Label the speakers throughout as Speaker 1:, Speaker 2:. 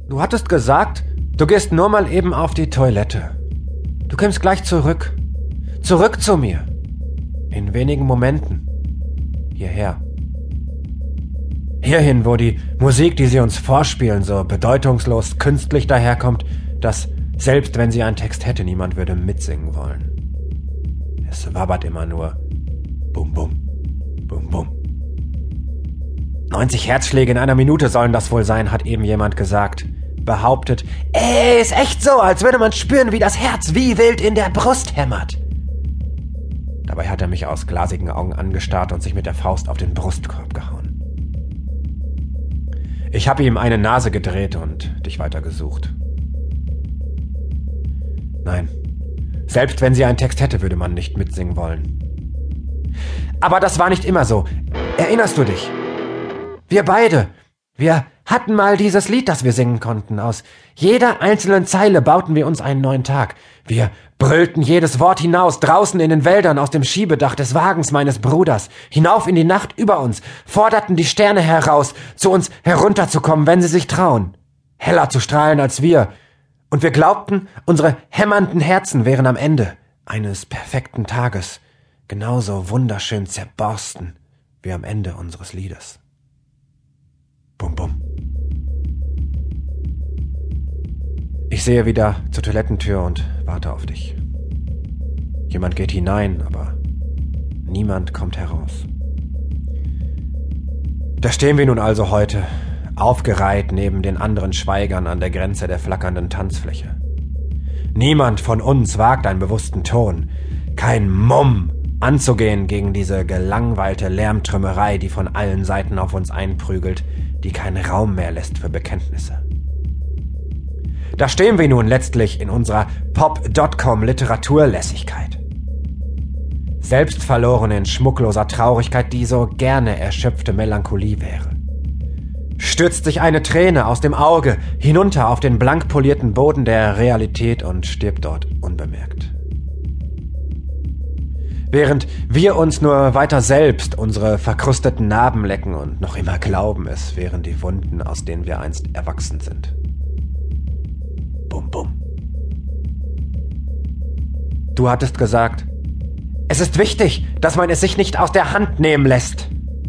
Speaker 1: Du hattest gesagt, du gehst nur mal eben auf die Toilette. Du kommst gleich zurück. Zurück zu mir. In wenigen Momenten. Hierher. Hierhin, wo die Musik, die sie uns vorspielen, so bedeutungslos künstlich daherkommt, dass, selbst wenn sie einen Text hätte, niemand würde mitsingen wollen. Es wabbert immer nur. Bum, bum, bum, bum. 90 Herzschläge in einer Minute sollen das wohl sein, hat eben jemand gesagt. Behauptet, ist echt so, als würde man spüren, wie das Herz wie wild in der Brust hämmert. Dabei hat er mich aus glasigen Augen angestarrt und sich mit der Faust auf den Brustkorb gehauen. Ich habe ihm eine Nase gedreht und dich weiter gesucht. Nein, selbst wenn sie einen Text hätte, würde man nicht mitsingen wollen. Aber das war nicht immer so. Erinnerst du dich? Wir beide, wir hatten mal dieses Lied, das wir singen konnten. Aus jeder einzelnen Zeile bauten wir uns einen neuen Tag. Wir brüllten jedes Wort hinaus, draußen in den Wäldern aus dem Schiebedach des Wagens meines Bruders, hinauf in die Nacht über uns, forderten die Sterne heraus, zu uns herunterzukommen, wenn sie sich trauen, heller zu strahlen als wir. Und wir glaubten, unsere hämmernden Herzen wären am Ende eines perfekten Tages genauso wunderschön zerborsten wie am Ende unseres Liedes. Bum, bum. Ich sehe wieder zur Toilettentür und warte auf dich. Jemand geht hinein, aber niemand kommt heraus. Da stehen wir nun also heute, aufgereiht neben den anderen Schweigern an der Grenze der flackernden Tanzfläche. Niemand von uns wagt einen bewussten Ton, kein Mumm anzugehen gegen diese gelangweilte Lärmtrümmerei, die von allen Seiten auf uns einprügelt, die keinen Raum mehr lässt für Bekenntnisse. Da stehen wir nun letztlich in unserer Pop.com-Literaturlässigkeit. Selbstverloren in schmuckloser Traurigkeit, die so gerne erschöpfte Melancholie wäre. Stürzt sich eine Träne aus dem Auge hinunter auf den blank polierten Boden der Realität und stirbt dort unbemerkt. Während wir uns nur weiter selbst unsere verkrusteten Narben lecken und noch immer glauben, es wären die Wunden, aus denen wir einst erwachsen sind. Bum, bum. Du hattest gesagt, es ist wichtig, dass man es sich nicht aus der Hand nehmen lässt.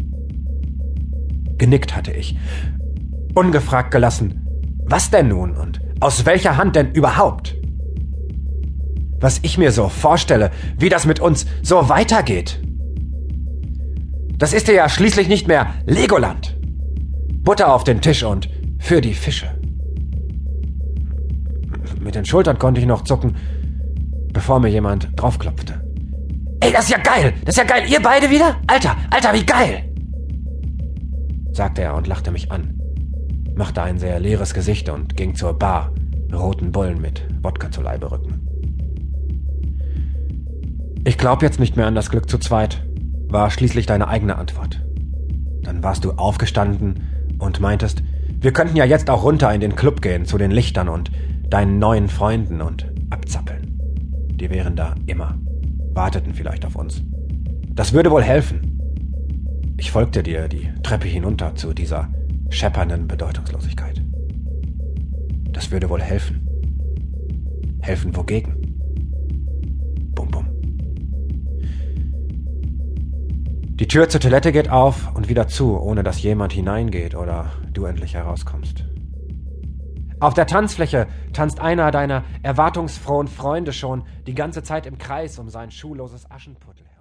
Speaker 1: Genickt hatte ich, ungefragt gelassen. Was denn nun und aus welcher Hand denn überhaupt? Was ich mir so vorstelle, wie das mit uns so weitergeht. Das ist ja schließlich nicht mehr Legoland. Butter auf den Tisch und für die Fische. Mit den Schultern konnte ich noch zucken, bevor mir jemand draufklopfte. Ey, das ist ja geil! Das ist ja geil! Ihr beide wieder? Alter, wie geil! Sagte er und lachte mich an, machte ein sehr leeres Gesicht und ging zur Bar, roten Bullen mit Wodka zu Leibe rücken. Ich glaub jetzt nicht mehr an das Glück zu zweit, war schließlich deine eigene Antwort. Dann warst du aufgestanden und meintest, wir könnten ja jetzt auch runter in den Club gehen, zu den Lichtern und deinen neuen Freunden und abzappeln. Die wären da immer, warteten vielleicht auf uns. Das würde wohl helfen. Ich folgte dir die Treppe hinunter zu dieser scheppernden Bedeutungslosigkeit. Das würde wohl helfen. Helfen wogegen? Bum, bum. Die Tür zur Toilette geht auf und wieder zu, ohne dass jemand hineingeht oder du endlich herauskommst. Auf der Tanzfläche tanzt einer deiner erwartungsfrohen Freunde schon die ganze Zeit im Kreis um sein schuhloses Aschenputtel.